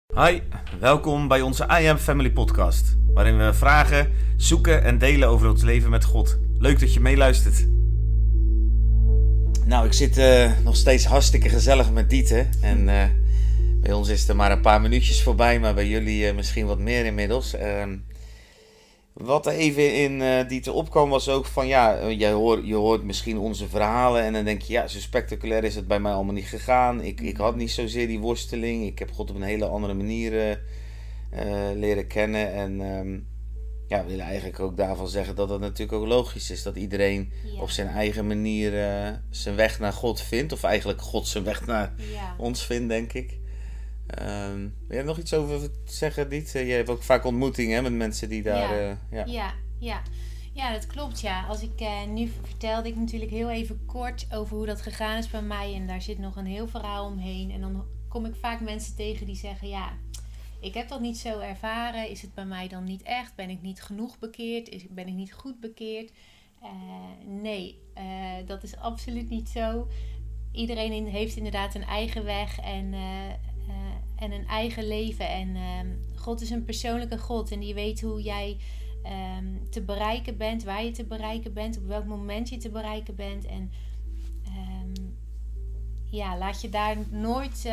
Hi, welkom bij onze I Am Family podcast, waarin we vragen, zoeken en delen over ons leven met God. Leuk dat je meeluistert. Nou, ik zit nog steeds hartstikke gezellig met Diete en bij ons is er maar een paar minuutjes voorbij, maar bij jullie misschien wat meer inmiddels. Wat er even in Diete opkwam was ook van je hoort misschien onze verhalen en dan denk je zo spectaculair is het bij mij allemaal niet gegaan. Ik had niet zozeer die worsteling, ik heb God op een hele andere manier leren kennen en we willen eigenlijk ook daarvan zeggen dat het natuurlijk ook logisch is dat iedereen op zijn eigen manier zijn weg naar God vindt, of eigenlijk God zijn weg naar ons vindt, denk ik. Wil je er nog iets over zeggen, Diet? Je hebt ook vaak ontmoetingen met mensen die daar... Ja, dat klopt, ja. Als ik nu vertelde ik natuurlijk heel even kort over hoe dat gegaan is bij mij. En daar zit nog een heel verhaal omheen. En dan kom ik vaak mensen tegen die zeggen... ik heb dat niet zo ervaren. Is het bij mij dan niet echt? Ben ik niet genoeg bekeerd? Ben ik niet goed bekeerd? Nee, dat is absoluut niet zo. Iedereen heeft inderdaad een eigen weg en een eigen leven. En God is een persoonlijke God. En die weet hoe jij te bereiken bent, waar je te bereiken bent, op welk moment je te bereiken bent. En laat je daar nooit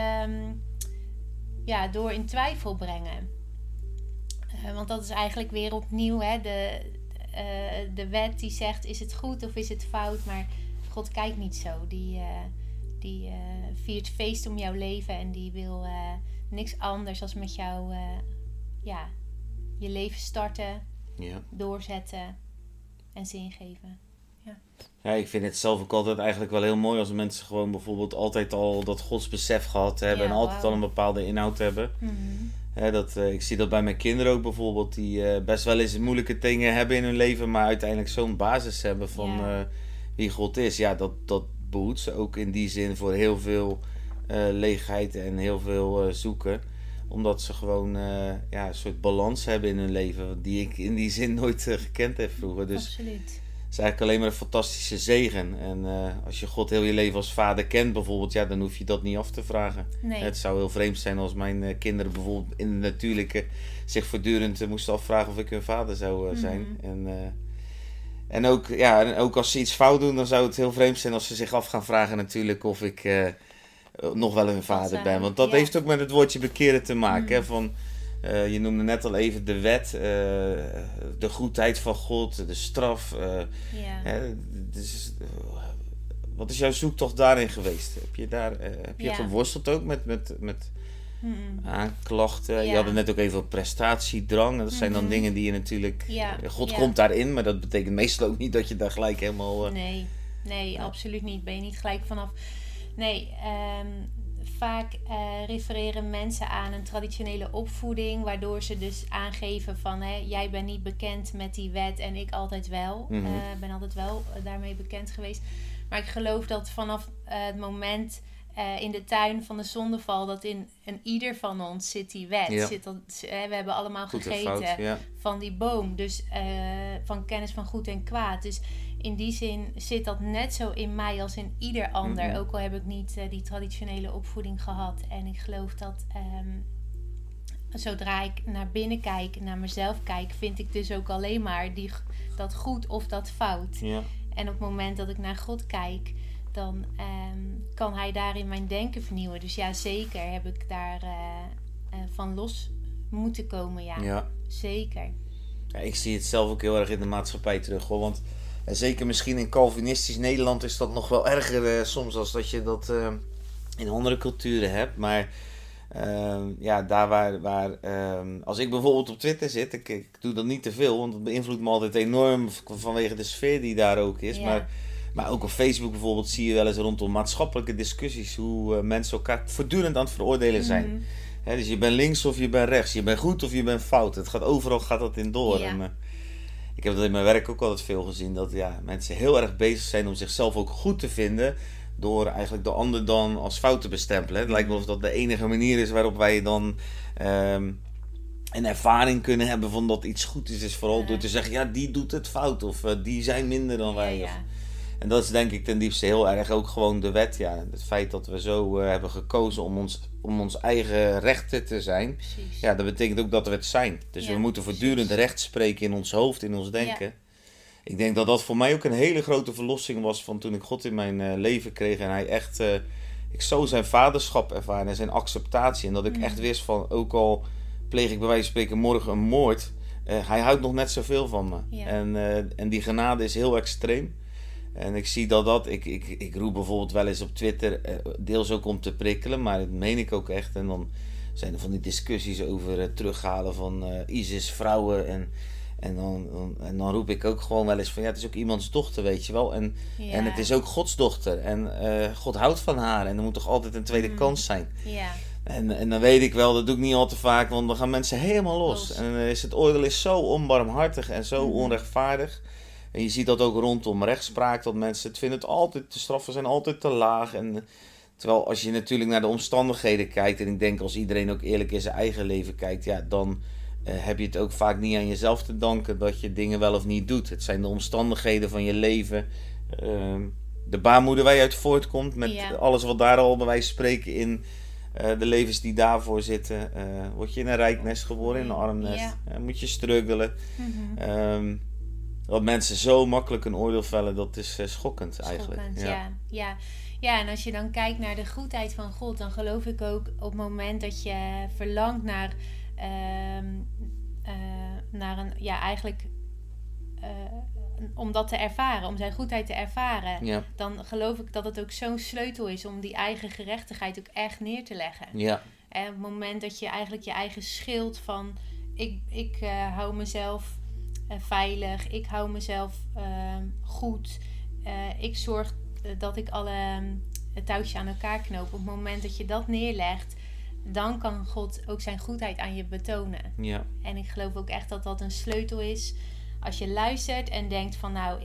door in twijfel brengen. Want dat is eigenlijk weer opnieuw de wet die zegt, is het goed of is het fout? Maar God kijkt niet zo. Die viert feest om jouw leven en die wil niks anders dan met jou je leven starten, doorzetten en zin geven. Ja, ik vind het zelf ook altijd eigenlijk wel heel mooi als mensen gewoon bijvoorbeeld altijd al dat godsbesef gehad hebben en altijd al een bepaalde inhoud hebben. Mm-hmm. Ik zie dat bij mijn kinderen ook bijvoorbeeld, die best wel eens moeilijke dingen hebben in hun leven, maar uiteindelijk zo'n basis hebben van wie God is. Ja, dat behoedt ze ook in die zin voor heel veel leegheid en heel veel zoeken. Omdat ze gewoon een soort balans hebben in hun leven, die ik in die zin nooit gekend heb vroeger. Dus absoluut. Het is eigenlijk alleen maar een fantastische zegen. En als je God heel je leven als vader kent bijvoorbeeld, dan hoef je dat niet af te vragen. Nee. Het zou heel vreemd zijn als mijn kinderen bijvoorbeeld in de natuurlijke zich voortdurend moesten afvragen of ik hun vader zou zijn. En ook als ze iets fout doen, dan zou het heel vreemd zijn als ze zich af gaan vragen natuurlijk of ik nog wel hun vader ben. Want dat heeft ook met het woordje bekeren te maken. Hè, van, je noemde net al even de wet, de goedheid van God, de straf. Dus, wat is jouw zoektocht daarin geweest? Heb je geworsteld ook met aanklachten? Je had het net ook even over prestatiedrang. Dat zijn dan dingen die je natuurlijk... God komt daarin, maar dat betekent meestal ook niet dat je daar gelijk helemaal... Nee, absoluut niet. Ben je niet gelijk vanaf... Nee, vaak refereren mensen aan een traditionele opvoeding, waardoor ze dus aangeven van jij bent niet bekend met die wet en ik altijd wel. Ben altijd wel daarmee bekend geweest. Maar ik geloof dat vanaf het moment in de tuin van de zondeval, dat in ieder van ons zit die wet. We hebben allemaal goed gegeten van die boom. Dus van kennis van goed en kwaad. Dus in die zin zit dat net zo in mij als in ieder ander. Mm-hmm. Ook al heb ik niet die traditionele opvoeding gehad. En ik geloof dat zodra ik naar binnen kijk, naar mezelf kijk, vind ik dus ook alleen maar dat goed of dat fout. Ja. En op het moment dat ik naar God kijk, dan kan hij daarin mijn denken vernieuwen. Dus ja, zeker heb ik daar van los moeten komen. Ja. Zeker. Ja, ik zie het zelf ook heel erg in de maatschappij terug, hoor. Want zeker misschien in Calvinistisch Nederland is dat nog wel erger soms als dat je dat in andere culturen hebt. Maar daar waar als ik bijvoorbeeld op Twitter zit, ik doe dat niet te veel, want dat beïnvloedt me altijd enorm vanwege de sfeer die daar ook is. Ja. Maar ook op Facebook bijvoorbeeld zie je wel eens rondom maatschappelijke discussies hoe mensen elkaar voortdurend aan het veroordelen zijn. Mm-hmm. Dus je bent links of je bent rechts, je bent goed of je bent fout. Overal gaat dat in door. Ja. En, ik heb dat in mijn werk ook altijd veel gezien, dat mensen heel erg bezig zijn om zichzelf ook goed te vinden, door eigenlijk de ander dan als fout te bestempelen. Het lijkt wel of dat de enige manier is waarop wij dan een ervaring kunnen hebben van dat iets goed is vooral door te zeggen, die doet het fout of die zijn minder dan wij. En dat is denk ik ten diepste heel erg ook gewoon de wet. Ja. Het feit dat we zo hebben gekozen om ons eigen rechten te zijn. Precies. Ja, dat betekent ook dat we het zijn. Dus we moeten voortdurend recht spreken in ons hoofd, in ons denken. Ja. Ik denk dat dat voor mij ook een hele grote verlossing was van toen ik God in mijn leven kreeg. En hij echt, ik zo zijn vaderschap ervaren en zijn acceptatie. En dat ik echt wist van, ook al pleeg ik bij wijze van spreken morgen een moord, hij houdt nog net zoveel van me. Ja. En die genade is heel extreem. En ik zie ik roep bijvoorbeeld wel eens op Twitter, deels ook om te prikkelen, maar dat meen ik ook echt. En dan zijn er van die discussies over het terughalen van ISIS-vrouwen. En dan roep ik ook gewoon wel eens van, ja, het is ook iemands dochter, weet je wel. En het is ook Gods dochter. En God houdt van haar. En er moet toch altijd een tweede kans zijn. Ja. En dan weet ik wel, dat doe ik niet al te vaak, want dan gaan mensen helemaal los. En het oordeel is zo onbarmhartig en zo onrechtvaardig. En je ziet dat ook rondom rechtspraak, dat mensen het vinden het altijd, de straffen zijn altijd te laag. En terwijl als je natuurlijk naar de omstandigheden kijkt, en ik denk als iedereen ook eerlijk in zijn eigen leven kijkt, ja, dan heb je het ook vaak niet aan jezelf te danken dat je dingen wel of niet doet. Het zijn de omstandigheden van je leven, de baarmoeder waar je uit voortkomt, met alles wat daar al bij wijze van spreken in de levens die daarvoor zitten. Word je in een rijk nest geboren, in een arm nest, moet je struggelen. Dat mensen zo makkelijk een oordeel vellen, dat is schokkend eigenlijk. Ja, en als je dan kijkt naar de goedheid van God, dan geloof ik ook op het moment dat je verlangt naar om dat te ervaren, om zijn goedheid te ervaren, dan geloof ik dat het ook zo'n sleutel is om die eigen gerechtigheid ook echt neer te leggen. Ja. En op het moment dat je eigenlijk je eigen schild van ik hou mezelf veilig, ik hou mezelf goed, ik zorg dat ik alle touwtjes aan elkaar knoop. Op het moment dat je dat neerlegt, dan kan God ook zijn goedheid aan je betonen. Ja. En ik geloof ook echt dat dat een sleutel is. Als je luistert en denkt van nou,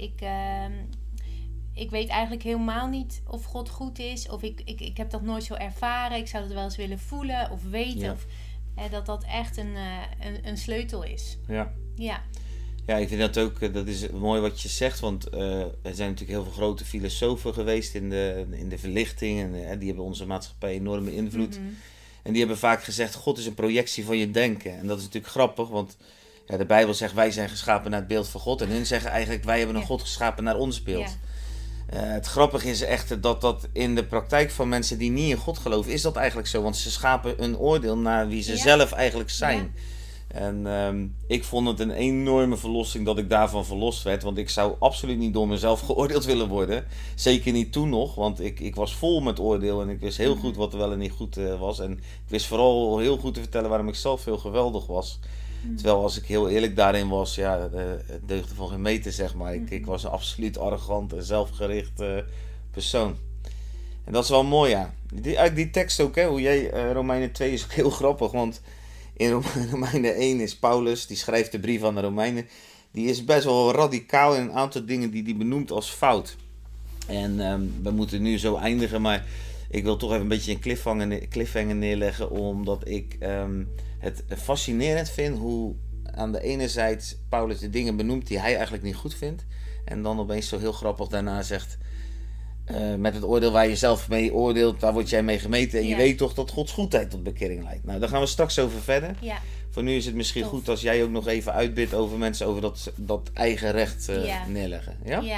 ik weet eigenlijk helemaal niet of God goed is. Of ik heb dat nooit zo ervaren. Ik zou het wel eens willen voelen of weten. Ja. Of, dat echt een sleutel is. Ja. Ja, ik vind dat ook, dat is mooi wat je zegt, want er zijn natuurlijk heel veel grote filosofen geweest in de verlichting en die hebben onze maatschappij enorm beïnvloed. Mm-hmm. En die hebben vaak gezegd, God is een projectie van je denken. En dat is natuurlijk grappig, want de Bijbel zegt wij zijn geschapen naar het beeld van God en hun zeggen eigenlijk wij hebben een God geschapen naar ons beeld. Ja. Het grappige is echter dat in de praktijk van mensen die niet in God geloven, is dat eigenlijk zo, want ze schapen een oordeel naar wie ze zelf eigenlijk zijn. Ja. En ik vond het een enorme verlossing dat ik daarvan verlost werd. Want ik zou absoluut niet door mezelf geoordeeld willen worden. Zeker niet toen nog, want ik was vol met oordeel. En ik wist heel goed wat er wel en niet goed was. En ik wist vooral heel goed te vertellen waarom ik zelf heel geweldig was. Terwijl als ik heel eerlijk daarin was, het deugde van geen meter, zeg maar. Ik was een absoluut arrogant en zelfgericht persoon. En dat is wel mooi, ja. Die tekst ook, hoe jij, Romeinen 2 is ook heel grappig, want in Romeinen 1 is Paulus, die schrijft de brief aan de Romeinen, die is best wel radicaal in een aantal dingen die hij benoemt als fout. En we moeten nu zo eindigen, maar ik wil toch even een beetje een cliffhanger neerleggen, omdat ik het fascinerend vind hoe aan de ene zijde Paulus de dingen benoemt die hij eigenlijk niet goed vindt. En dan opeens zo heel grappig daarna zegt, met het oordeel waar je zelf mee oordeelt, daar word jij mee gemeten. En je weet toch dat Gods goedheid tot bekering leidt. Nou, daar gaan we straks over verder. Ja. Voor nu is het misschien goed als jij ook nog even uitbidt over mensen, over dat eigen recht neerleggen.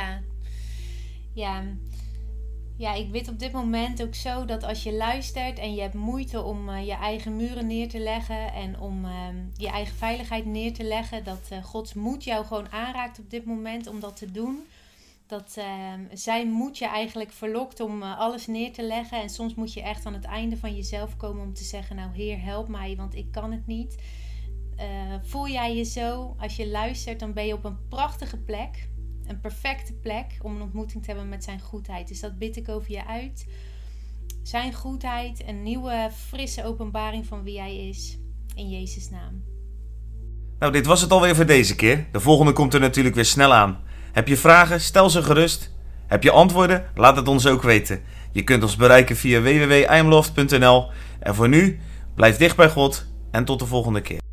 Ja, ik weet op dit moment ook zo dat als je luistert en je hebt moeite om je eigen muren neer te leggen en om je eigen veiligheid neer te leggen, dat Gods moed jou gewoon aanraakt op dit moment om dat te doen. Dat zijn moed je eigenlijk verlokt om alles neer te leggen. En soms moet je echt aan het einde van jezelf komen om te zeggen, nou Heer, help mij, want ik kan het niet. Voel jij je zo? Als je luistert, dan ben je op een prachtige plek. Een perfecte plek om een ontmoeting te hebben met zijn goedheid. Dus dat bid ik over je uit. Zijn goedheid, een nieuwe, frisse openbaring van wie hij is. In Jezus' naam. Nou, dit was het alweer voor deze keer. De volgende komt er natuurlijk weer snel aan. Heb je vragen? Stel ze gerust. Heb je antwoorden? Laat het ons ook weten. Je kunt ons bereiken via www.imloft.nl. En voor nu, blijf dicht bij God en tot de volgende keer.